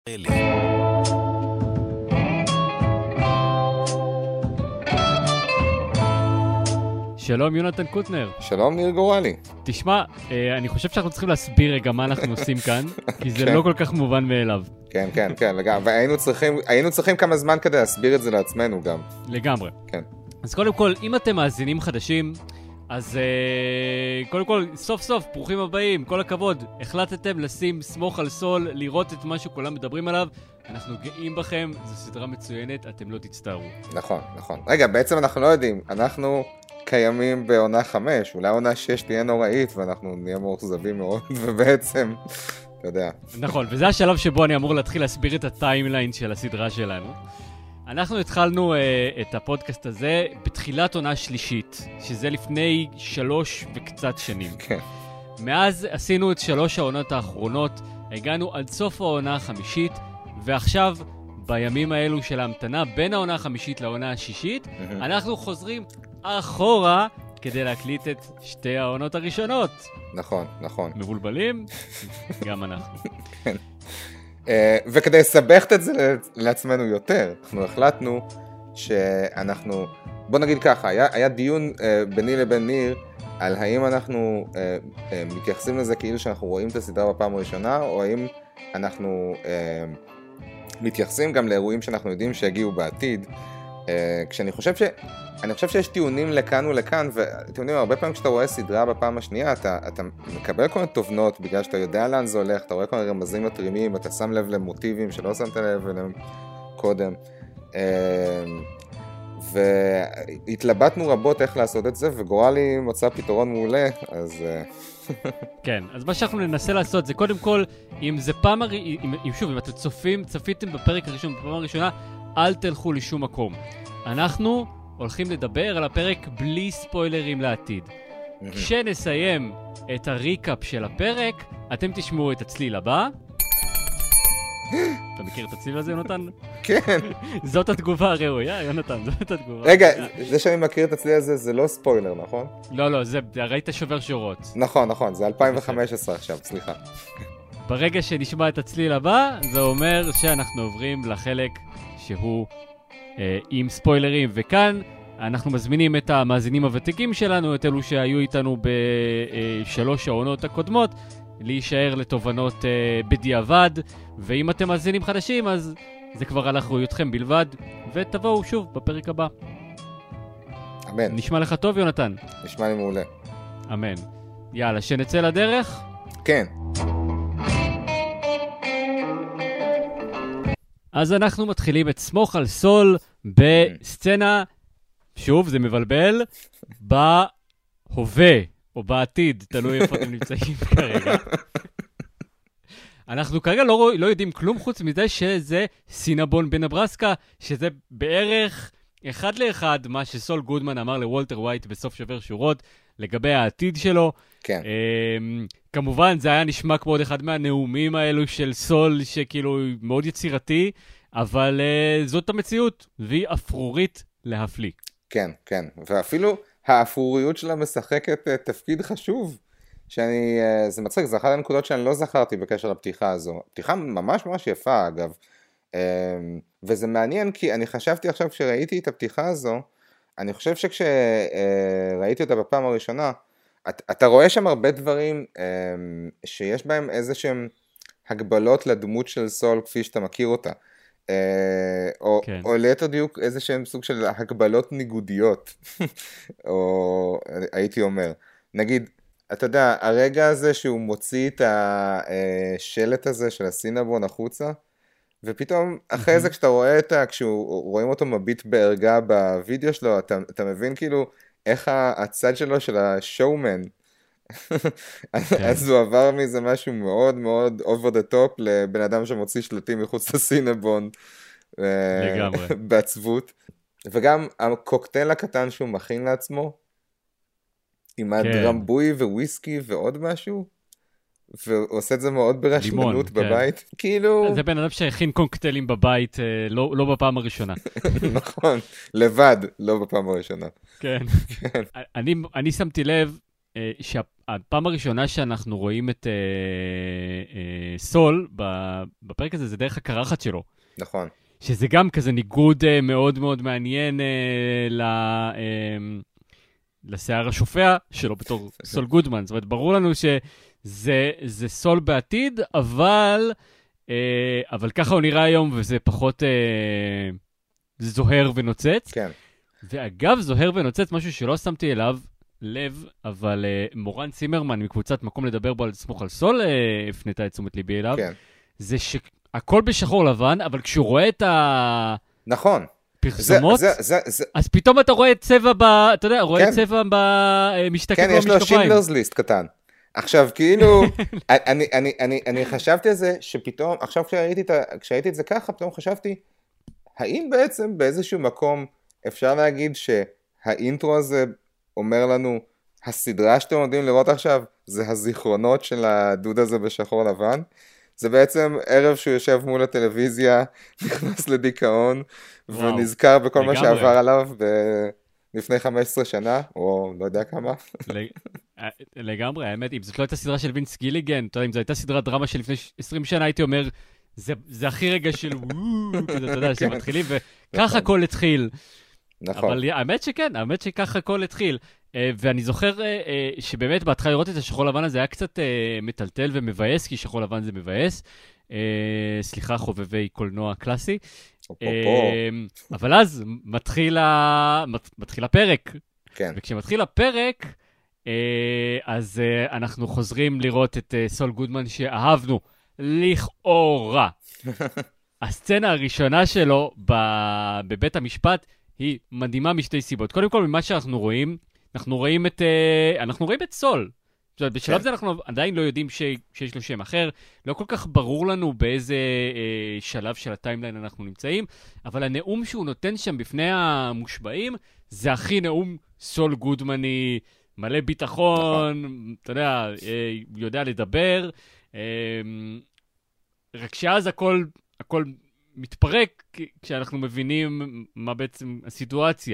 שלום יונתן קוטנר. שלום ניר גורלי. תשמע, אני חושב שאנחנו צריכים להסביר רגע מה אנחנו עושים כאן, כי זה לא כל כך מובן מאליו. כן, כן, כן, לגמרי. והיינו צריכים כמה זמן כדי להסביר את זה לעצמנו גם. לגמרי. כן. אז קודם כל, אם אתם מאזינים חדשים, אז קודם כל, סוף סוף, ברוכים הבאים, כל הכבוד. החלטתם לשים סמוך על סול, לראות את מה שכולם מדברים עליו. אנחנו גאים בכם, זו סדרה מצוינת, אתם לא תצטערו. נכון, נכון. רגע, בעצם אנחנו לא יודעים, אנחנו קיימים בעונה 5, אולי עונה 6 תהיה נוראית, ואנחנו נהיה מאוכזבים מאוד, ובעצם, אתה יודע. נכון, וזה השלב שבו אני אמור להתחיל להסביר את הטיימליין של הסדרה שלנו. אנחנו התחלנו את הפודקאסט הזה בתחילת עונה שלישית, שזה לפני 3 וקצת שנים. כן. מאז עשינו את 3 העונות האחרונות, הגענו עד סוף העונה החמישית, ועכשיו, בימים האלו של ההמתנה, בין העונה החמישית לעונה השישית, אנחנו חוזרים אחורה כדי להקליט את 2 העונות הראשונות. נכון, נכון. מבולבלים? גם אנחנו. כן. וכדי לסבך את זה לעצמנו יותר, אנחנו החלטנו שאנחנו, בוא נגיד ככה, היה דיון ביני לבין ניר, על האם אנחנו מתייחסים לזה כאילו שאנחנו רואים את הסדרה בפעם הראשונה, או האם אנחנו מתייחסים גם לאירועים שאנחנו יודעים שיגיעו בעתיד, כשאני חושב שיש טיעונים לכאן ולכאן, וטיעונים הרבה פעמים כשאתה רואה סדרה בפעם השנייה, אתה מקבל כל מיני תובנות, בגלל שאתה יודע לאן זה הולך, אתה רואה כל מיני רמזים מתרימים, אתה שם לב למוטיבים שלא שמת לב אליהם קודם, והתלבטנו רבות איך לעשות את זה, וגורלי מצא פתרון מעולה, אז... כן, אז מה שאנחנו ננסה לעשות זה קודם כל, אם זה פעם, אם אתם צפיתם בפרק הראשון, בפעם הראשונה, אל תלכו לשום מקום. אנחנו הולכים לדבר על הפרק בלי ספוילרים לעתיד. כשנסיים את הריקאפ של הפרק, אתם תשמעו את הצליל הבא. אתה מכיר את הצליל הזה, יונתן? כן. זאת התגובה הראויה, יונתן, זאת התגובה. רגע, זה שאני מכיר את הצליל הזה, זה לא ספוילר, נכון? לא, זה ראית שובר שורות. נכון, זה 2015 עכשיו, סליחה. ברגע שנשמע את הצליל הבא, זה אומר שאנחנו עוברים לחלק שהוא עם ספוילרים, וכאן אנחנו מזמינים את המאזינים הוותיקים שלנו, את אלו שהיו איתנו ב3 העונות הקודמות, להישאר לתובנות בדיעבד, ואם אתם מאזינים חדשים, אז זה כבר על אחריותכם בלבד, ותבואו שוב בפרק הבא. אמן. נשמע לך טוב, יונתן? נשמע לי מעולה. אמן. יאללה, שנצא לדרך? כן. אז אנחנו מתחילים את סמוך על סול בסצנה, שוב, זה מבלבל, בהווה או בעתיד, תלוי איפה אתם נמצאים כרגע. אנחנו כרגע לא יודעים כלום חוץ מזה שזה סינבון בנברסקה, שזה בערך 1 ל-1 מה שסול גודמן אמר לוולטר ווייט בסוף שובר שורות לגבי העתיד שלו. כן. כמובן זה היה נשמע כמו עוד אחד מהנאומים האלו של סול שכאילו מאוד יצירתי, אבל זאת המציאות והיא אפרורית להפליא. כן, כן. ואפילו האפרוריות שלה משחקת תפקיד חשוב. זה מצחיק, זה אחת הנקודות שאני לא זכרתי בקשר לפתיחה הזו. פתיחה ממש ממש יפה אגב. וזה מעניין כי אני חשבתי עכשיו כשראיתי את הפתיחה הזו, אני חושב שכשראיתי אותה בפעם הראשונה, אתה רואה שם הרבה דברים שיש בהם איזה שהם הגבלות לדמות של סול כפי שאתה מכיר אותה. או ליתר דיוק איזה שהם סוג של הגבלות ניגודיות, או הייתי אומר. נגיד, אתה יודע, הרגע הזה שהוא מוציא את השלט הזה של הסינבון החוצה, ופתאום אחרי זה כשאתה רואה כשרואים אותו מביט בערגה בווידאו שלו, אתה מבין כאילו איך הצד שלו של השואומן, אז הוא עבר מזה משהו מאוד מאוד over the top לבן אדם שמוציא שלטים מחוץ לסינבון בעצבות, וגם הקוקטייל הקטן שהוא מכין לעצמו, עם הדרמבוי וויסקי ועוד משהו, ועושה את זה מאוד ברשלנות בבית. כאילו... זה בן אדם שהכין קוקטיילים בבית, לא בפעם הראשונה. נכון, לבד, לא בפעם הראשונה. כן. אני שמתי לב שהפעם הראשונה שאנחנו רואים את סול בפרק הזה, זה דרך הקרחת שלו. נכון. שזה גם כזה ניגוד מאוד מאוד מעניין לשיער השופע שלו בתור סול גודמן. זאת אומרת, ברור לנו שזה סול בעתיד, אבל ככה הוא נראה היום, וזה פחות זוהר ונוצץ. כן. ואגב, זוהר ונוצץ, משהו שלא שמתי אליו לב, אבל מורן צימרמן מקבוצת מקום לדבר בו על סמוך על סול, הפנתה את תשומת ליבי אליו. כן. זה שהכל בשחור לבן, אבל כשהוא רואה את נכון. פרסומות, אז פתאום אתה רואה צבע אתה יודע, רואה צבע במשתקף כן, יש לו שינדלרס ליסט קטן. עכשיו, כאילו, אני חשבתי על זה שפתאום, עכשיו כשהייתי את זה ככה, פתאום חשבתי, האם בעצם באיזשהו מקום אפשר להגיד שהאינטרו הזה אומר לנו, הסדרה שאתם עומדים לראות עכשיו, זה הזיכרונות של הדוד הזה בשחור לבן? זה בעצם ערב שהוא יושב מול הטלוויזיה, נכנס לדיכאון, ונזכר בכל מה שעבר עליו לפני 15 שנה, או לא יודע כמה. לגמרי, האמת, אם זאת לא הייתה סדרה של וינס גיליגן, אתה יודע, אם זו הייתה סדרת דרמה של לפני 20 שנה, הייתי אומר, זה הכי רגע של וואו, כזה, אתה יודע, שמתחילים, וככה הכל התחיל. נכון. אבל האמת שכן, האמת שככה הכל התחיל. ואני זוכר שבאמת בהתחלה לראות את השחור לבן הזה היה קצת מטלטל ומבאס, כי שחור לבן זה מבאס. סליחה, חובבי קולנוע קלאסי. אבל אז מתחיל הפרק. כן. וכשמתחיל הפרק, אז אנחנו חוזרים לראות את סול גודמן שאהבנו, לכאורה. הסצנה הראשונה שלו בבית המשפט היא מדהימה משתי סיבות. קודם כל, ממה שאנחנו רואים, אנחנו רואים את סול. בשלב זה אנחנו עדיין לא יודעים שיש לו שם אחר, לא כל כך ברור לנו באיזה שלב של הטיימליין אנחנו נמצאים, אבל הנאום שהוא נותן שם בפני המושבעים, זה הכי נאום סול גודמני, מלא ביטחון, אתה יודע לדבר, רק שאז הכל מתפרק כשאנחנו מבינים מה בעצם הסיטואציה.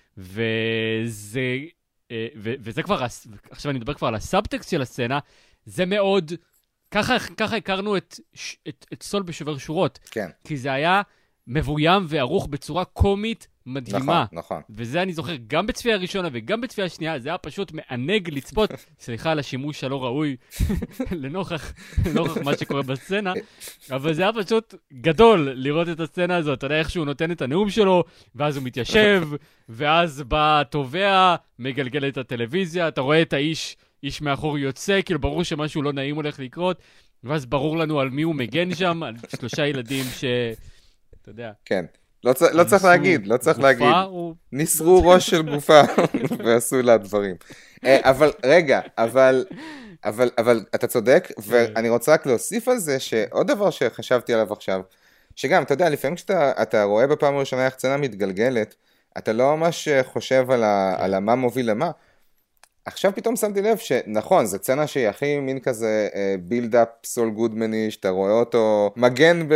וזה כבר, עכשיו אני מדבר כבר על הסאבטקסט של הסצנה, זה מאוד, ככה הכרנו את סול בשובר שורות. כן. כי זה היה מבוים וערוך בצורה קומית מדהימה. נכון. וזה אני זוכר גם בצפייה הראשונה וגם בצפייה השנייה, זה היה פשוט מענג לצפות, סליחה על השימוש הלא ראוי, לנוכח מה שקורה בסצנה, אבל זה היה פשוט גדול לראות את הסצנה הזאת, אתה יודע איך שהוא נותן את הנאום שלו, ואז הוא מתיישב, ואז בא תובע, מגלגל את הטלוויזיה, אתה רואה את איש מאחור יוצא, כאילו ברור שמשהו לא נעים הולך לקרות, ואז ברור לנו על מי הוא מגן שם, על 3 ילדים אתה יודע. כן. לא צריך להגיד, ניסרו ראש של גופה ועשו לה דברים. אבל רגע, אבל אתה צודק, ואני רוצה רק להוסיף על זה שעוד דבר שחשבתי עליו עכשיו, שגם, אתה יודע, לפעמים כשאתה רואה בפעם הראשונה איך סצנה מתגלגלת, אתה לא ממש חושב על מה מוביל למה. עכשיו פתאום שמתי לב שנכון, זו סצנה שהיא הכי מין כזה בילדאפ סול גודמני, שאתה רואה אותו מגן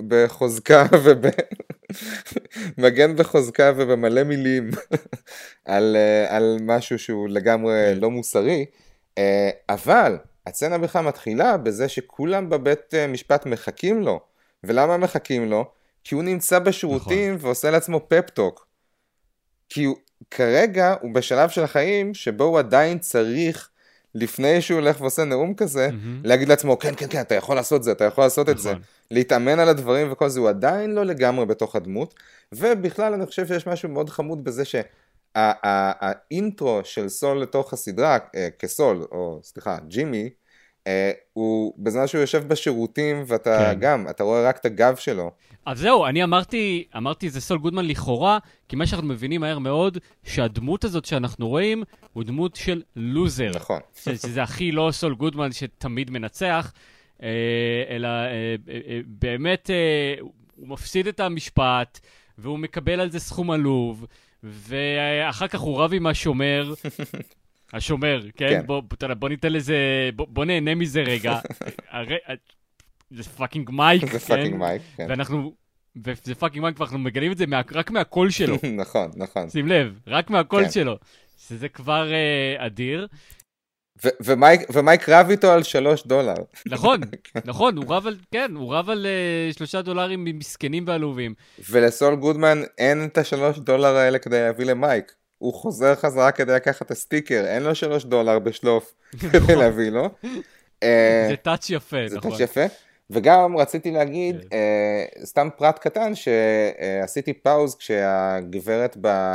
בחוזקה ובמלא מילים על משהו שהוא לגמרי לא מוסרי, אבל הסצנה בכלל מתחילה בזה שכולם בבית משפט מחכים לו, ולמה מחכים לו? כי הוא נמצא בשירותים ועושה לעצמו פפטוק, כי כרגע הוא בשלב של החיים שבו הוא עדיין צריך, לפני שהוא הולך ועושה נאום כזה, להגיד לעצמו, כן, אתה יכול לעשות זה, אתה יכול לעשות את זה, להתאמן על הדברים וכל זה, הוא עדיין לא לגמרי בתוך הדמות, ובכלל אני חושב שיש משהו מאוד חמוד בזה שהאינטרו של סול לתוך הסדרה, כסול, או סליחה, ג'ימי, הוא בזמן שהוא יושב בשירותים, ואתה גם, אתה רואה רק את הגב שלו. אז זהו, אני אמרתי זה סול גודמן לכאורה, כי מה שאנחנו מבינים מהר מאוד, שהדמות הזאת שאנחנו רואים, הוא דמות של לוזר. נכון. שזה הכי לא סול גודמן שתמיד מנצח, אלא באמת הוא מפסיד את המשפט, והוא מקבל על זה סכום עלוב, ואחר כך הוא רב עם השומר, כן? בוא ניתן לזה, בוא נהנה מזה רגע. זה פאקינג מייק, כן? זה פאקינג מייק, כן. וזה פאקינג מייק, ואנחנו מגלים את זה רק מהקול שלו. נכון. שים לב, רק מהקול שלו. שזה כבר אדיר. ומייק רב איתו על $3. נכון, נכון, הוא רב על $3 מסכנים ועלובים. ולסול גודמן אין את $3 האלה כדי להביא למייק. הוא חוזר חזרה כדי לקחת את הסטיקר, אין לו $3 בשלוף כדי להביא לו. זה טאץ' יפה, נכון. זה טאץ' יפה. וגם רציתי להגיד, סתם פרט קטן, שעשיתי פאוז כשהגברת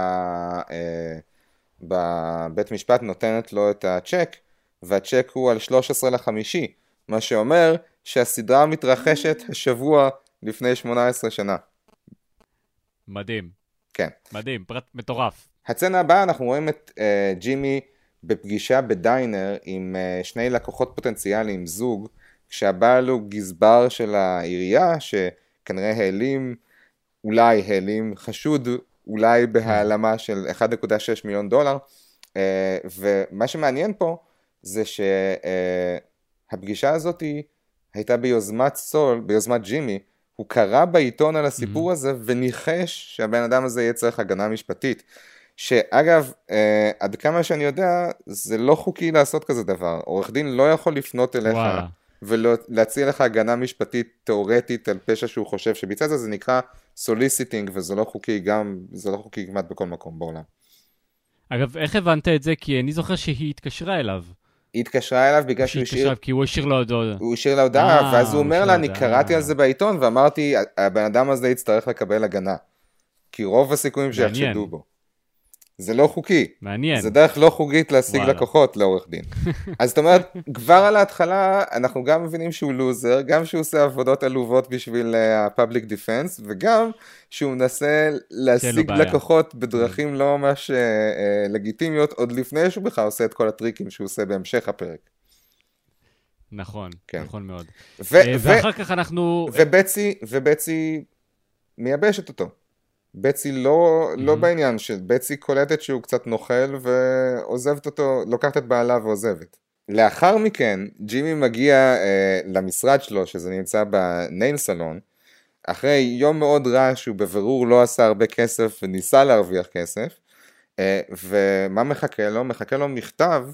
בבית משפט נותנת לו את הצ'ק, והצ'ק הוא על 13/5, מה שאומר שהסדרה מתרחשת השבוע לפני 18 שנה. מדהים. כן. מדהים, פרט מטורף. הצנה הבאה אנחנו רואים את ג'ימי בפגישה בדיינר עם שני לקוחות פוטנציאליים, זוג, כשהבעל הוא גזבר של העירייה, שכנראה אולי העלים חשוד, אולי בהעלמה של $1.6 מיליון. ומה שמעניין פה, זה שהפגישה הזאת הייתה ביוזמת ג'ימי, הוא קרא בעיתון על הסיפור הזה, וניחש שהבן אדם הזה יהיה צריך הגנה משפטית. שאגב, עד כמה שאני יודע, זה לא חוקי לעשות כזה דבר. עורך דין לא יכול לפנות אליך, ולהציע לך הגנה משפטית תיאורטית על פשע שהוא חושב שביצע זה נקרא סוליסיטינג, וזה לא חוקי זה לא חוקי כמעט בכל מקום בעולם. אגב, איך הבנת את זה? כי אני זוכר שהיא התקשרה אליו. היא התקשרה אליו בגלל שהוא השאיר... כי הוא השאיר לו הודעה. הוא השאיר לה הודעה, ואז הוא אומר לה, אני קראתי על זה בעיתון, ואמרתי, הבן אדם הזה יצטרך לקבל הגנה. כי רוב הסיכויים שיחשדו בו. זה לא חוקי. מעניין. זה דרך לא חוקית להשיג לקוחות לעורך דין. אז זאת אומרת, כבר על ההתחלה, אנחנו גם מבינים שהוא לוזר, גם שהוא עושה עבודות עלובות בשביל ה-public defense, וגם שהוא מנסה להשיג לקוחות בדרכים לא ממש לגיטימיות, עוד לפני שהוא בכלל עושה את כל הטריקים שהוא עושה בהמשך הפרק. נכון, נכון מאוד. ואחר כך אנחנו... ובצי מייבשת אותו. בצי לא בעניין של בצי קולטת שהוא קצת נוכל ועוזבת אותו, לוקחת את בעלה ועוזבת. לאחר מכן ג'ימי מגיע למשרד שלו שזה נמצא בנייל סלון, אחרי יום מאוד רע שהוא בבירור לא עשה הרבה כסף וניסה להרוויח כסף, ומה מחכה לו? מחכה לו מכתב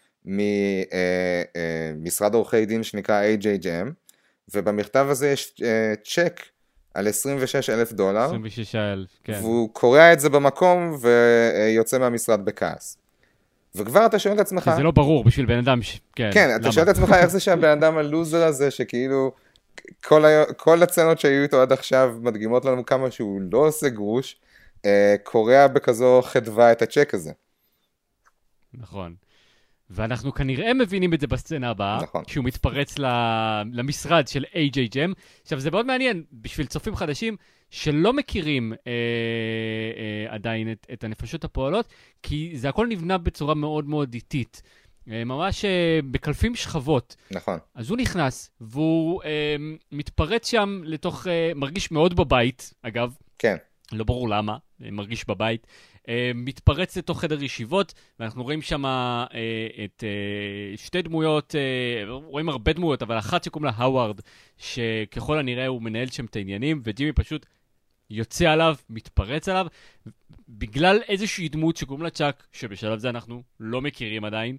ממשרד עורכי דין שנקרא AJM, ובמכתב הזה יש צ'ק על $26,000. 26,000, כן. והוא קורא את זה במקום ויוצא מהמשרד בכעס. וכבר אתה שואל את עצמך... זה לא ברור בשביל בן אדם כן. כן, אתה שואל את עצמך איך זה שהבן אדם הלוזר הזה, שכאילו כל הצנות שהיו איתו עד עכשיו מדגימות לנו כמה שהוא לא עושה גרוש, קורא בכזו חדווה את הצ'ק הזה. נכון. ואנחנו כנראה מבינים את זה בסצנה הבאה, נכון. כשהוא מתפרץ למשרד של AJM. עכשיו, זה מאוד מעניין, בשביל צופים חדשים, שלא מכירים עדיין את הנפשות הפועלות, כי זה הכל נבנה בצורה מאוד מאוד איטית. ממש בקלפים שכבות. נכון. אז הוא נכנס, והוא מתפרץ שם לתוך, מרגיש מאוד בבית, אגב. כן. לא ברור למה, מרגיש בבית. מתפרץ לתוך חדר ישיבות, ואנחנו רואים שם את שתי דמויות, רואים הרבה דמויות, אבל אחת שקוראים לה האווארד, שככל הנראה הוא מנהל שם את העניינים, וג'ימי פשוט יוצא עליו, מתפרץ עליו, בגלל איזושהי דמות שקוראים לה צ'אק, שבשלב זה אנחנו לא מכירים עדיין,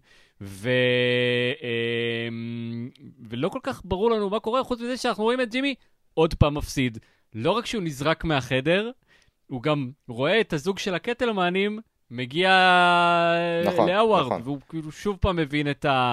ולא כל כך ברור לנו מה קורה, חוץ מזה שאנחנו רואים את ג'ימי עוד פעם מפסיד. לא רק שהוא נזרק מהחדר, הוא גם רואה את הזוג של הקטלמנים, מגיע לאווארד, והוא כאילו שוב פעם מבין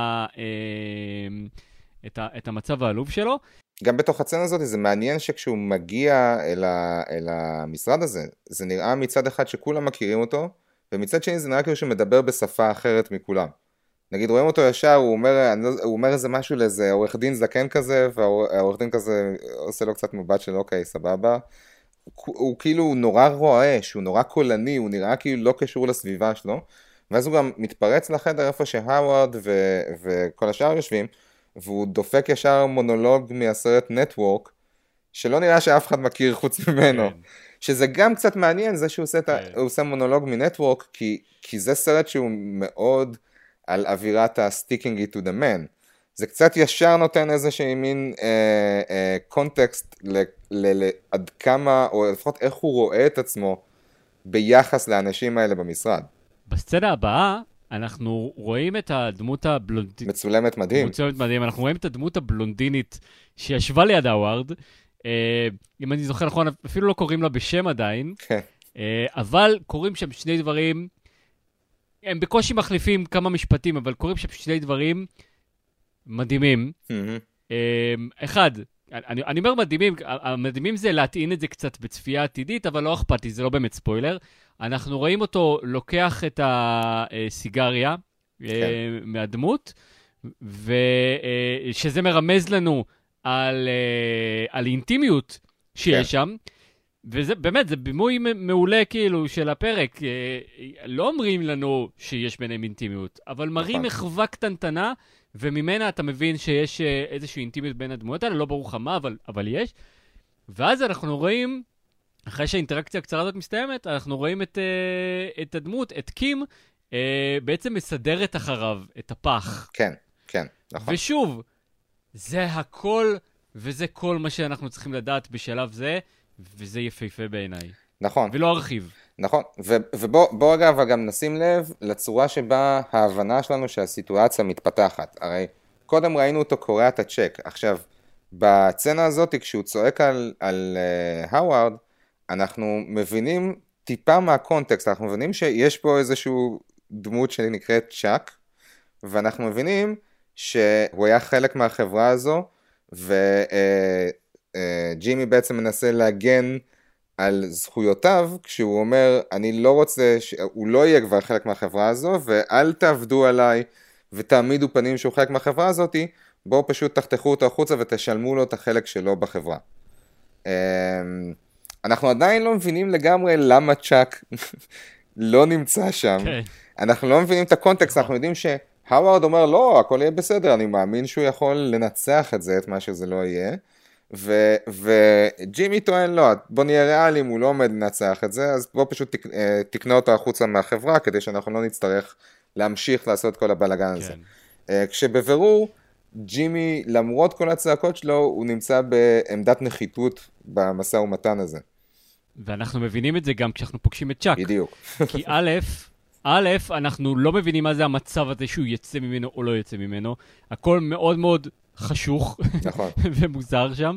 את המצב העלוב שלו. גם בתוך הצנה הזאת זה מעניין שכשהוא מגיע אל המשרד הזה, זה נראה מצד אחד שכולם מכירים אותו, ומצד שני זה נראה כאילו שהוא מדבר בשפה אחרת מכולם. נגיד רואים אותו ישר, הוא אומר איזה משהו לאיזה עורך דין זקן כזה, והעורך דין כזה עושה לו קצת מבט של אוקיי, סבבה. הוא כאילו נורא רועש, הוא נורא קולני, הוא נראה כאילו לא קשור לסביבה שלו, ואז הוא גם מתפרץ לחדר איפה שהאווארד וכל השאר יושבים, והוא דופק ישר מונולוג מהסרט נטוורק, שלא נראה שאף אחד מכיר חוץ ממנו. שזה גם קצת מעניין, זה שהוא עושה מונולוג מנטוורק, כי זה סרט שהוא מאוד על אווירת ה-sticking it to the man. זה קצת ישר נותן איזושהי מין קונטקסט עד כמה, או לפחות איך הוא רואה את עצמו ביחס לאנשים האלה במשרד. בסצנה הבאה, אנחנו רואים את הדמות הבלונדינית. מצולמת מדהים. מצולמת מדהים. אנחנו רואים את הדמות הבלונדינית שישבה ליד האווארד. אם אני זוכר נכון, אפילו לא קוראים לה בשם עדיין. כן. אבל קוראים שם שני דברים, הם בקושי מחליפים כמה משפטים, אבל קוראים שם שני דברים מדהימים. אחד, אני אומר מדהימים, המדהימים זה להטעין את זה קצת בצפייה עתידית, אבל לא אכפת לי, זה לא באמת ספוילר. אנחנו רואים אותו לוקח את הסיגריה מהדמות, ושזה מרמז לנו על אינטימיות שיש שם, וזה באמת, זה בימוי מעולה כאילו של הפרק. לא אומרים לנו שיש ביניהם אינטימיות, אבל מראים מחווה קטנטנה, וממנה אתה מבין שיש איזושהי אינטימיות בין הדמויות האלה, לא ברור מה, אבל יש. ואז אנחנו רואים, אחרי שהאינטראקציה הקצרה הזאת מסתיימת, אנחנו רואים את הדמות, את קים, בעצם מסדרת אחריו את הפח. כן, כן, נכון. ושוב, זה הכל, וזה כל מה שאנחנו צריכים לדעת בשלב זה, וזה יפהפה בעיניי. נכון. ולא ארחיב. נכון, ובוא אגב גם נשים לב לצורה שבה ההבנה שלנו שהסיטואציה מתפתחת. הרי קודם ראינו אותו קורא את הצ'ק. עכשיו, בצנה הזאת, כשהוא צועק על האווארד, אנחנו מבינים טיפה מהקונטקסט, אנחנו מבינים שיש פה איזשהו דמות שנקראת צ'אק, ואנחנו מבינים שהוא היה חלק מהחברה הזו, וג'ימי בעצם מנסה להגן על זכויותיו, כשהוא אומר, אני לא רוצה, הוא לא יהיה כבר חלק מהחברה הזו, ואל תעבדו עליי, ותעמידו פנים שהוא חלק מהחברה הזאת, בואו פשוט תחתכו אותו החוצה, ותשלמו לו את החלק שלו בחברה. אנחנו עדיין לא מבינים לגמרי למה צ'אק לא נמצא שם. אנחנו לא מבינים את הקונטקסט, אנחנו יודעים שהאווארד אומר, לא, הכל יהיה בסדר, אני מאמין שהוא יכול לנצח את זה, את מה שזה לא יהיה. וג'ימי טוען, לא, בוא נהיה ריאליים, הוא לא עומד לנצח את זה, אז בוא פשוט תקנה אותו החוצה מהחברה, כדי שאנחנו לא נצטרך להמשיך לעשות כל הבלגן הזה. כשבבירור, ג'ימי, למרות כל הצעקות שלו, הוא נמצא בעמדת נחיתות במשא ומתן הזה. ואנחנו מבינים את זה גם כשאנחנו פוגשים את צ'אק. בדיוק. כי א', אנחנו לא מבינים מה זה המצב הזה שהוא יצא ממנו או לא יצא ממנו. הכל מאוד מאוד חשוך ומוזר שם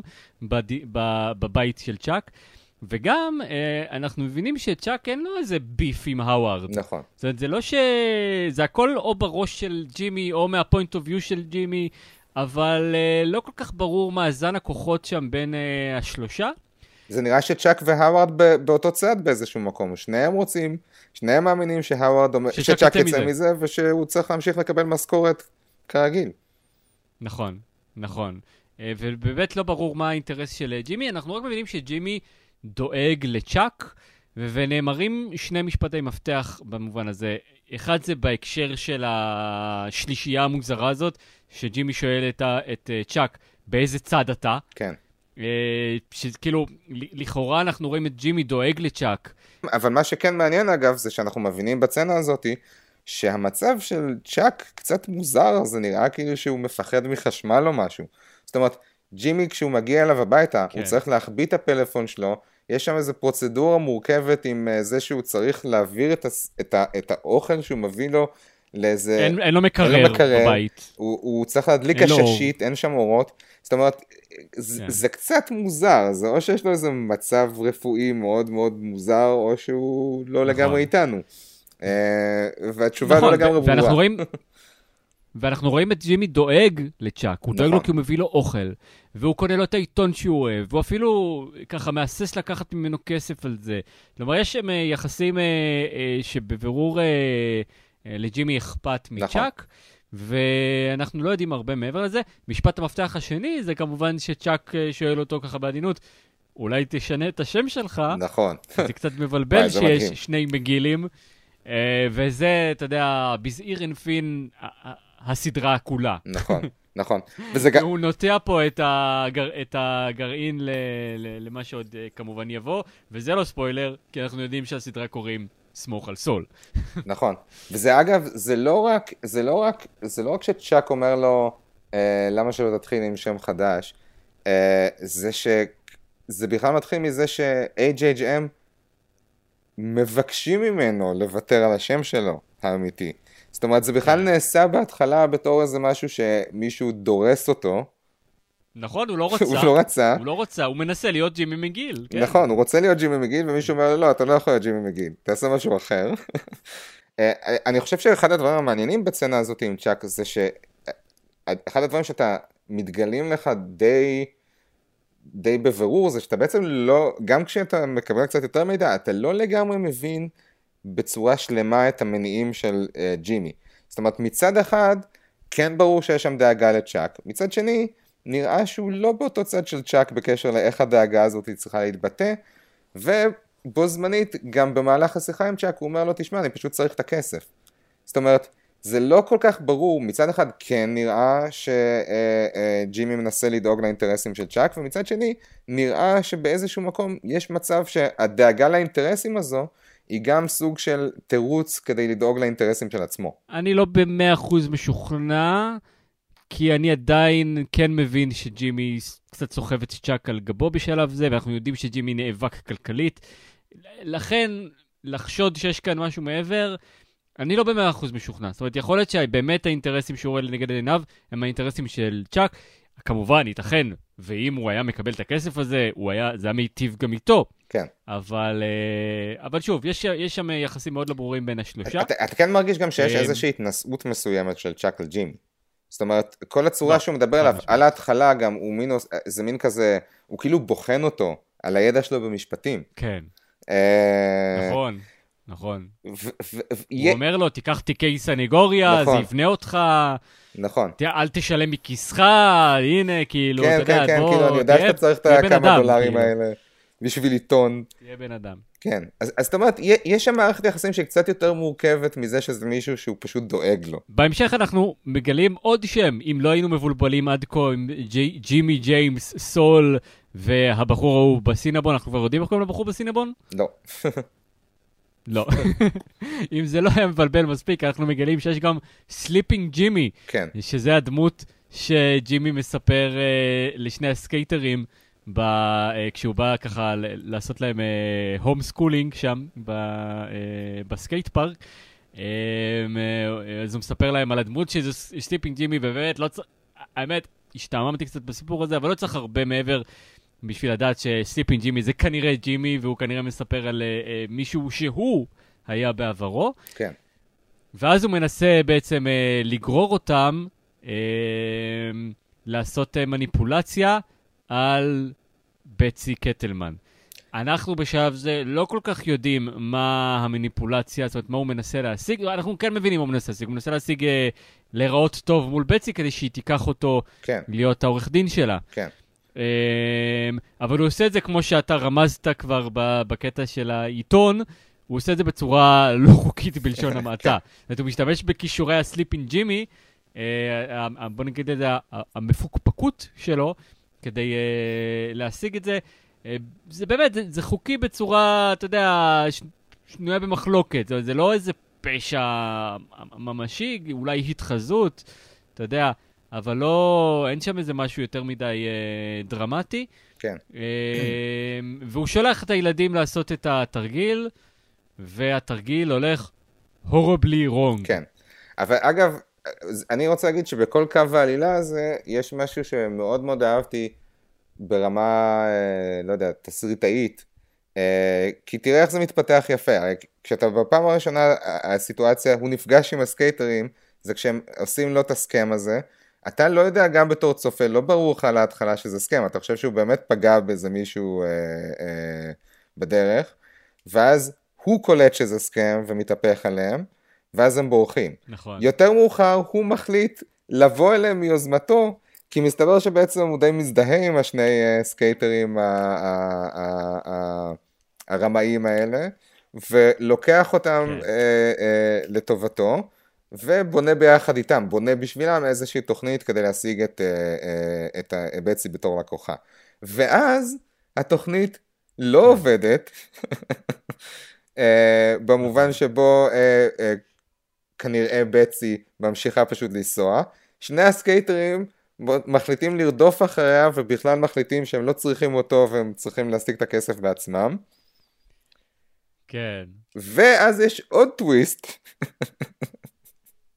בבית של צ'אק. וגם אנחנו מבינים שצ'אק אין לו איזה ביף עם האווארד. נכון. זאת אומרת, זה לא זה הכל או בראש של ג'ימי או מהפוינט אוף ויו של ג'ימי, אבל לא כל כך ברור מאזן הכוחות שם בין השלושה. זה נראה שצ'אק והאווארד באותו צד באיזשהו מקום. שניהם רוצים, שניהם מאמינים שצ'אק יצא מזה, ושהוא צריך להמשיך לקבל משכורת כרגיל. נכון, נכון. ובאמת לא ברור מה האינטרס של ג'ימי. אנחנו רק מבינים שג'ימי דואג לצ'אק, ונאמרים שני משפטי מפתח במובן הזה. אחד זה בהקשר של השלישייה המוזרה הזאת, שג'ימי שואל את צ'אק, באיזה צד אתה? כן. שכאילו, לכאורה אנחנו רואים את ג'ימי דואג לצ'אק. אבל מה שכן מעניין אגב, זה שאנחנו מבינים בצנה הזאת, שהמצב של צ'אק קצת מוזר, זה נראה כאילו שהוא מפחד מחשמל או משהו. זאת אומרת, ג'ימי כשהוא מגיע אליו הביתה, הוא צריך להחביא את הפלאפון שלו, יש שם איזו פרוצדורה מורכבת עם זה שהוא צריך להעביר את האוכל שהוא מביא לו לאיזה... אין לו מקרר בבית. הוא צריך להדליק הששית, אין שם אורות. זאת אומרת, זה קצת מוזר, זה או שיש לו איזה מצב רפואי מאוד מאוד מוזר, או שהוא לא לגמרי איתנו. והתשובה לא לגמרי ברורה. ואנחנו רואים את ג'ימי דואג לצ'אק, הוא דואג לו כי הוא מביא לו אוכל, והוא קונה לו את העיתון שהוא אוהב, והוא אפילו ככה מאסס לקחת ממנו כסף על זה. כלומר, יש שם יחסים שבבירור לג'ימי אכפת מצ'אק, ואנחנו לא יודעים הרבה מעבר לזה. משפט המפתח השני זה כמובן שצ'אק שואל אותו ככה בעדינות, אולי תשנה את השם שלך. נכון. זה קצת מבלבל שיש שני מגילים, וזה, אתה יודע, בזעיר אנפין הסדרה כולה. נכון, נכון. הוא נוטע פה את הגרעין למה שעוד כמובן יבוא, וזה לא ספוילר, כי אנחנו יודעים שהסדרה קוראים סמוך על סול. נכון. וזה אגב, זה לא רק שצ'אק אומר לו, למה שלא תתחיל עם שם חדש, זה בכלל מתחיל מזה ש-HHM מבקשים ממנו לוותר על השם שלו, האמיתי. זאת אומרת, זה בכלל נעשה בהתחלה בתור איזה משהו שמישהו דורס אותו. נכון, הוא לא רצה. הוא לא רצה. הוא לא רצה, הוא מנסה להיות ג'ימי מגיל. כן. נכון, הוא רוצה להיות ג'ימי מגיל, ומישהו אומר לו, לא, אתה לא יכול להיות ג'ימי מגיל, תעשה משהו אחר. אני חושב שאחד הדברים המעניינים בצנה הזאת עם צ'אק, זה שאחד הדברים שאתה מתגלים לך די בבירור, זה שאתה בעצם לא, גם כשאתה מקבל קצת יותר מידע, אתה לא לגמרי מבין בצורה שלמה את המניעים של ג'ימי. זאת אומרת, מצד אחד, כן ברור שיש שם דאגה לצ'אק, מצד שני, נראה שהוא לא באותו צד של צ'אק בקשר לאיך הדאגה הזאת צריכה להתבטא, ובו זמנית, גם במהלך השיחה עם צ'אק, הוא אומר לו, תשמע, אני פשוט צריך את הכסף. זאת אומרת, זה לא כל כך ברור, מצד אחד כן נראה שג'ימי מנסה לדאוג לאינטרסים של צ'אק, ומצד שני נראה שבאיזשהו מקום יש מצב שהדאגה לאינטרסים הזו, היא גם סוג של תירוץ כדי לדאוג לאינטרסים של עצמו. אני לא ב100% משוכנע, כי אני עדיין כן מבין שג'ימי קצת סוחב את צ'אק על גבו בשלב זה, ואנחנו יודעים שג'ימי נאבק כלכלית. לכן, לחשוד שיש כאן משהו מעבר, אני לא ב100% משוכנע. זאת אומרת, יכול להיות שבאמת האינטרסים שהוא רואה לנגד עיניו, הם האינטרסים של צ'אק. כמובן, ייתכן, ואם הוא היה מקבל את הכסף הזה, זה היה מיטיב גם איתו. כן. אבל שוב, יש שם יחסים מאוד לא ברורים בין השלושה. אתה כן מרגיש גם שיש איזושהי התנשאות מסוימת של צ'אק על ג'ימי. זאת אומרת, כל הצורה שהוא מדבר עליו, על ההתחלה גם הוא זה מין כזה, הוא כאילו בוחן אותו על הידע שלו במשפטים. כן. נכון. הוא אומר לו, תיקח תיקי סנגוריה, זה יבנה אותך. נכון. אל תשלם מכיסך, הנה, כאילו, אתה יודע, כן, כאילו, אני יודע שאתה צריך את כמה דולרים האלה בשביל עיתון. תהיה בן אדם. כן, אז זאת אומרת, יש שם מערכת יחסים שקצת יותר מורכבת מזה שזה מישהו שהוא פשוט דואג לו. בהמשך אנחנו מגלים עוד שם, אם לא היינו מבולבלים עד כה עם ג'ימי ג'יימס, סול והבחור ההוא בסינבון, אנחנו כבר יודעים איך קוראים לבחור בסינבון? לא. לא. אם זה לא היה מבלבל מספיק, אנחנו מגלים שיש גם סליפינג ג'ימי, כן. שזה הדמות שג'ימי מספר לשני הסקייטרים, כשהוא בא ככה לעשות להם הום סקולינג שם בסקייט פארק, אז הוא מספר להם על הדמות שזה סליפינג ג'ימי, ובאמת לא צריך, האמת, השתעממתי קצת בסיפור הזה, אבל לא צריך הרבה מעבר בשביל לדעת שסליפינג ג'ימי זה כנראה ג'ימי, והוא כנראה מספר על מישהו שהוא היה בעברו. כן. ואז הוא מנסה בעצם לגרור אותם, לעשות מניפולציה על בצי קטלמן. אנחנו בשלב זה לא כל כך יודעים מה המניפולציה, זאת אומרת, מה הוא מנסה להשיג. אנחנו כן מבינים מה הוא מנסה להשיג. הוא מנסה להשיג להיראות טוב מול בצי, כדי שהיא תיקח אותו להיות העורך דין שלה. כן. אבל הוא עושה את זה כמו שאתה רמזת כבר בקטע של העיתון, הוא עושה את זה בצורה לא חוקית בלשון המעטה. זאת אומרת, הוא משתמש בכישורי הסליפינג ג'ימי, בוא נגיד את זה, המפוקפקות שלו, כדי להשיג את זה. זה באמת, זה חוקי בצורה, אתה יודע, שנויה במחלוקת. זה לא איזה פשע ממשי, אולי התחזות, אתה יודע, אבל לא, אין שם איזה משהו יותר מדי דרמטי. כן. והוא שולח את הילדים לעשות את התרגיל, והתרגיל הולך horribly wrong. כן. אבל אגב, אני רוצה להגיד שבכל קו העלילה הזה, יש משהו שמאוד מאוד אהבתי ברמה, לא יודע, תסריטאית, כי תראה איך זה מתפתח יפה. כשאתה בפעם הראשונה, הסיטואציה, הוא נפגש עם הסקייטרים, זה כשהם עושים לו את הסכם הזה, אתה לא יודע גם בתור צופה, לא ברור לך להתחלה שזה סכם, אתה חושב שהוא באמת פגע באיזה מישהו בדרך, ואז הוא קולט שזה סכם ומתהפך עליהם, ואז הם בורחים. נכון. יותר מאוחר הוא מחליט לבוא אליהם מיוזמתו, כי מסתבר שבעצם הוא די מזדהה עם השני סקייטרים הרמאים האלה, ולוקח אותם לטובתו, ובונה ביחד איתם, בונה בשבילם איזושהי תוכנית כדי להשיג את בצי בתור לקוחה. ואז התוכנית לא עובדת, במובן שבו כנראה בצי ממשיכה פשוט לנסוע. שני הסקייטרים מחליטים לרדוף אחריה, ובכלל מחליטים שהם לא צריכים אותו, והם צריכים להשיג את הכסף בעצמם. כן. ואז יש עוד טוויסט,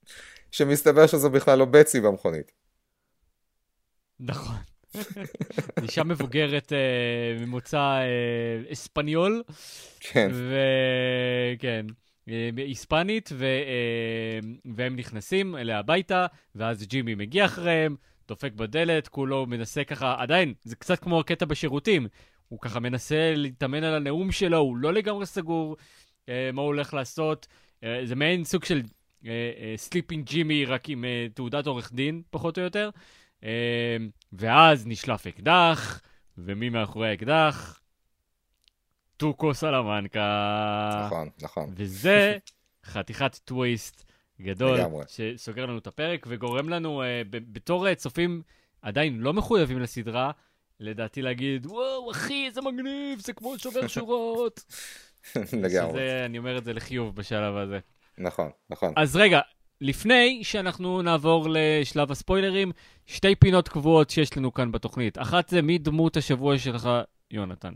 שמסתבר שזו בכלל לא בצי במכונית. נכון. אישה מבוגרת ממוצא אספניול. כן. וכן, היספנית, והם נכנסים אליה הביתה, ואז ג'ימי מגיע אחריהם, דופק בדלת, כולו מנסה ככה, עדיין, זה קצת כמו הקטע בשירותים, הוא ככה מנסה להתאמן על הנאום שלו, הוא לא לגמרי סגור מה הוא הולך לעשות, זה מעין סוג של סליפינג ג'ימי, רק עם תעודת עורך דין, פחות או יותר, ואז נשלף אקדח, ומי מאחורי האקדח? טוקו סלמנקה. נכון, נכון. וזה חתיכת טוויסט גדול, לגמרי. שסוגר לנו את הפרק, וגורם לנו, בתור צופים עדיין לא מחויבים לסדרה, לדעתי להגיד, וואו, אחי, זה מגניב, זה כמו שובר שורות. לגמרי. שזה, אני אומר את זה לחיוב בשלב הזה. נכון, נכון. אז רגע, לפני שאנחנו נעבור לשלב הספוילרים, שתי פינות קבועות שיש לנו כאן בתוכנית. אחת זה מי דמות השבוע שלך, יונתן.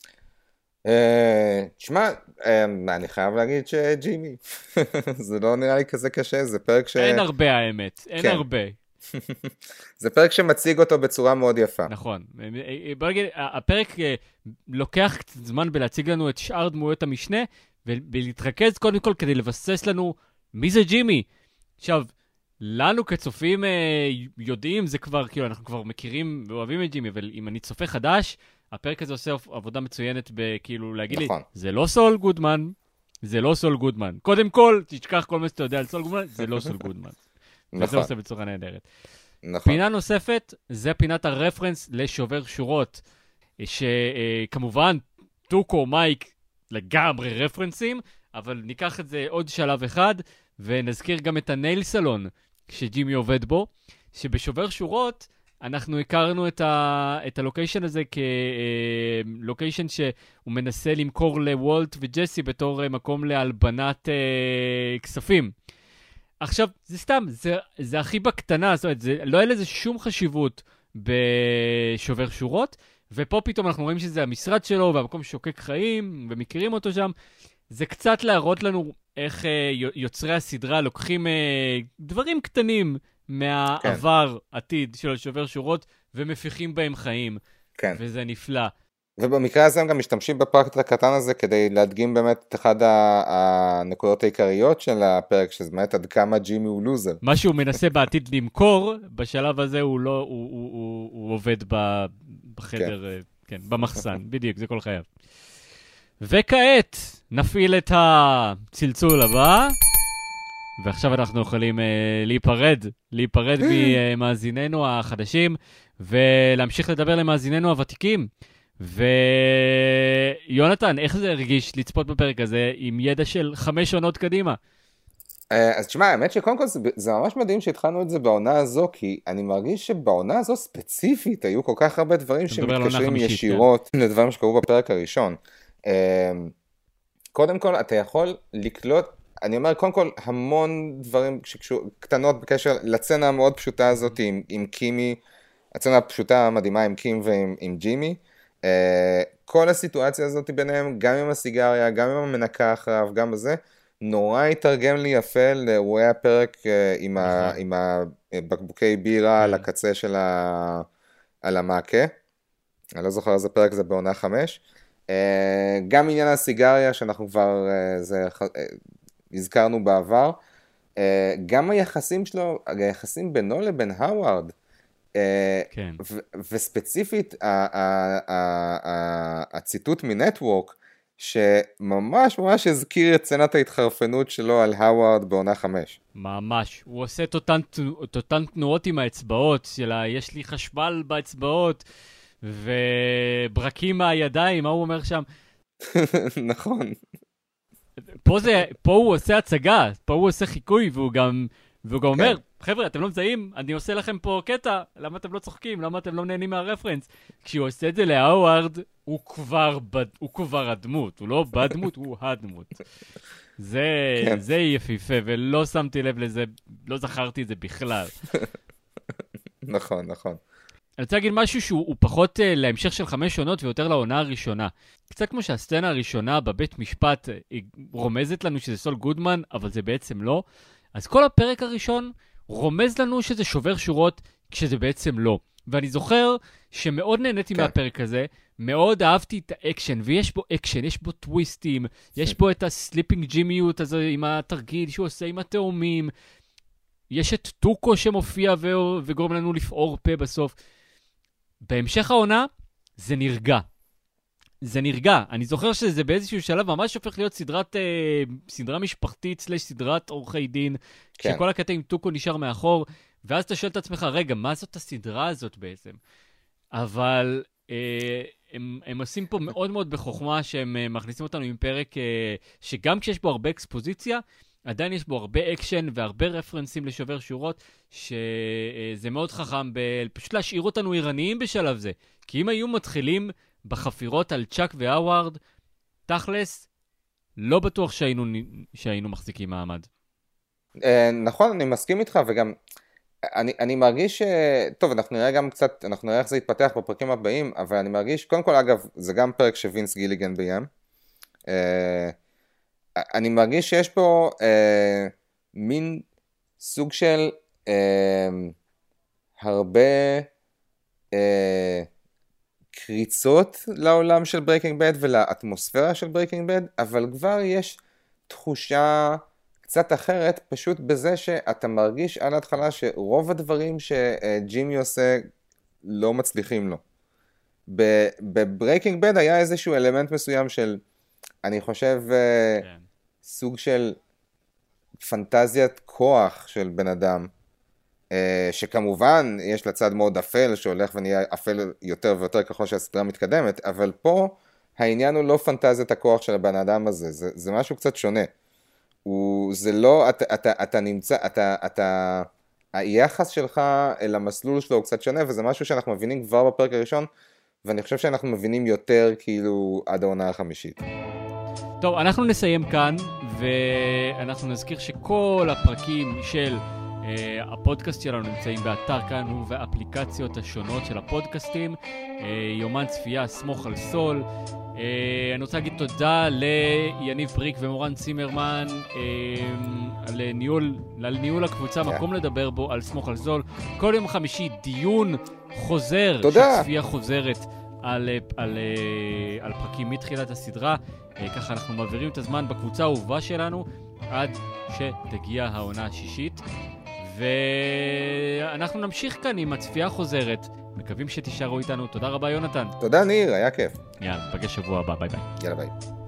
תשמע, אני חייב להגיד שג'ימי. זה לא נראה לי כזה קשה, זה פרק אין הרבה האמת, אין הרבה. זה פרק שמציג אותו בצורה מאוד יפה. נכון. בוא נגיד, הפרק לוקח קצת זמן בלהציג לנו את שאר דמויות המשנה, ולהתרכז קודם כל כדי לבסס לנו מי זה ג'ימי. עכשיו, לנו כצופים יודעים, זה כבר, כאילו, אנחנו כבר מכירים ואוהבים את ג'ימי, אבל אם אני צופה חדש, הפרק הזה עושה עבודה מצוינת בכאילו להגיד לי, זה לא סול גודמן, זה לא סול גודמן. קודם כל, תשכח כל מה שאתה יודע על סול גודמן, זה לא סול גודמן. וזה עושה בצורה נהדרת. פינה נוספת, זה פינת הרפרנס לשובר שורות, שכמובן, טוקו, מייק, לגמרי רפרנסים, אבל ניקח את זה עוד שלב אחד, ונזכיר גם את הנייל סלון שג'ימי עובד בו, שבשובר שורות, אנחנו הכרנו את הלוקיישן הזה כלוקיישן שהוא מנסה למכור לוולט וג'סי בתור מקום להלבנת כספים. עכשיו, זה סתם, זה הכי בקטנה, זאת אומרת, לא היה לזה שום חשיבות בשובר שורות, ופה פתאום אנחנו רואים שזה המשרד שלו, והמקום שוקק חיים, ומכירים אותו שם. זה קצת להראות לנו איך יוצרי הסדרה לוקחים דברים קטנים מהעבר עתיד של שובר שורות, ומפיחים בהם חיים. כן. וזה נפלא. ובמקרה הזה הם גם משתמשים בפרקט הקטן הזה, כדי להדגים באמת את אחד הנקודות העיקריות של הפרק, שזה באמת עד כמה ג'ימי הוא לוזר. מה שהוא מנסה בעתיד למכור, בשלב הזה הוא לא, הוא עובד בחדר, כן, במחסן, בדיוק, זה כל חייו. וכעת נפעיל את הצלצול הבא, ועכשיו אנחנו יכולים להיפרד ממאזיננו החדשים, ולהמשיך לדבר למאזיננו הוותיקים. ויונתן, איך זה הרגיש לצפות בפרק הזה עם ידע של 5 עונות קדימה? אז תשמע, האמת שקודם כל זה ממש מדהים שהתחלנו את זה בעונה הזו, כי אני מרגיש שבעונה הזו ספציפית היו כל כך הרבה דברים שמתקשרים ישירות לדברים שקרו בפרק הראשון. קודם כל, אתה יכול לקלוט, אני אומר, קודם כל, המון דברים קטנות בקשר לצנה המאוד פשוטה הזאת עם קימי, הצנה הפשוטה המדהימה עם קים ועם ג'ימי, כל הסיטואציה הזאת ביניהם, גם עם הסיגריה, גם עם המנקה אחריו, גם בזה, נורא התרגם לי יפה לאירועי הפרק עם הבקבוקי בירה על הקצה של על המעקה. אני לא זוכר איזה פרק זה בעונה 5. גם עניין הסיגריה שאנחנו כבר הזכרנו בעבר. גם היחסים שלו, היחסים בינו לבין האווארד. כן. וספציפית הציטוט מנטוורק, שממש ממש הזכיר את סצנת ההתחרפנות שלו על האווארד בעונה 5. ממש, הוא עושה את אותן תנועות עם האצבעות, יש לי חשמל באצבעות, וברקים מהידיים, מה הוא אומר שם? נכון. פה הוא עושה הצגה, פה הוא עושה חיקוי, והוא גם אומר, חבר'ה, אתם לא מזהים, אני עושה לכם פה קטע, למה אתם לא צוחקים, למה אתם לא נהנים מהרפרנס? כשהוא עושה את זה להאווארד, הוא כבר הדמות, הוא לא בדמות, הוא הדמות. זה יפיפה, ולא שמתי לב לזה, לא זכרתי את זה בכלל. נכון, נכון. אני רוצה להגיד משהו שהוא פחות להמשך של 5 עונות ויותר לעונה הראשונה. קצת כמו שהסצנה הראשונה בבית משפט רומזת לנו שזה סול גודמן, אבל זה בעצם לא. אז כל הפרק הראשון רומז לנו שזה שובר שורות, כשזה בעצם לא. ואני זוכר שמאוד נהניתי מהפרק הזה, מאוד אהבתי את האקשן, ויש בו אקשן, יש בו טוויסטים, יש בו את הסליפינג ג'ימיות הזה עם התרגיל שהוא עושה עם התאומים, יש את טוקו שמופיע וגורם לנו לפעור פה בסוף. בהמשך העונה זה נרגע. זה נרגע. אני זוכר שזה באיזשהו שלב ממש הופך להיות סדרה משפחתית סדרת עורכי דין, כשכל הקטע עם טוקו נשאר מאחור, ואז אתה שואל את עצמך, רגע, מה זאת הסדרה הזאת בעצם? אבל הם עושים פה מאוד מאוד בחוכמה, שהם מכניסים אותנו עם פרק שגם כשיש בו הרבה אקספוזיציה, עדיין יש בו הרבה אקשן והרבה רפרנסים לשובר שורות, שזה מאוד חכם פשוט להשאיר אותנו עירניים בשלב זה. כי אם היו מתחילים בחפירות על צ'אק והאווארד, תכלס, לא בטוח שהיינו מחזיקים מעמד. נכון, אני מסכים איתך, וגם אני מרגיש טוב, אנחנו נראה גם קצת, אנחנו נראה איך זה יתפתח בפרקים הבאים, אבל אני מרגיש, קודם כל אגב, זה גם פרק שווינס גיליגן ביים, אני מרגיש שיש פה מין סוג של הרבה קריצות לעולם של ברייקינג בד ולאטמוספירה של ברייקינג בד, אבל כבר יש תחושה קצת אחרת, פשוט בזה שאתה מרגיש על ההתחלה שרוב הדברים שג'ימי עושה לא מצליחים לו. בברייקינג בד היה איזשהו אלמנט מסוים של, אני חושב, סוג של פנטזיית כוח של בן אדם, שכמובן יש לצד מאוד אפל, שהולך ונהיה אפל יותר ויותר ככל שהסדרה מתקדמת, אבל פה העניין הוא לא פנטזיית הכוח של הבן אדם הזה, זה משהו קצת שונה. זה לא, אתה נמצא, היחס שלך אל המסלול שלו הוא קצת שונה, וזה משהו שאנחנו מבינים כבר בפרק הראשון, ואני חושב שאנחנו מבינים יותר כאילו עד העונה החמישית. טוב, אנחנו נסיים כאן, ואנחנו נזכיר שכל הפרקים של הפודקאסט שלנו נמצאים באתר כאן ובאפליקציות השונות של הפודקאסטים. יומן צפייה, סמוך על סול. אני רוצה להגיד תודה ליניב בריק ומורן צימרמן על ניהול הקבוצה, מקום לדבר בו, על סמוך על סול. כל יום חמישי דיון חוזר, צפייה חוזרת על פרקים מתחילת הסדרה. ככה אנחנו מעבירים את הזמן בקבוצה האהובה שלנו עד שתגיע העונה השישית, ואנחנו נמשיך כאן עם הצפייה חוזרת. מקווים שתישארו איתנו. תודה רבה יונתן. תודה ניר, היה כיף. יאללה, פגש שבוע הבא, ביי ביי. יאללה ביי.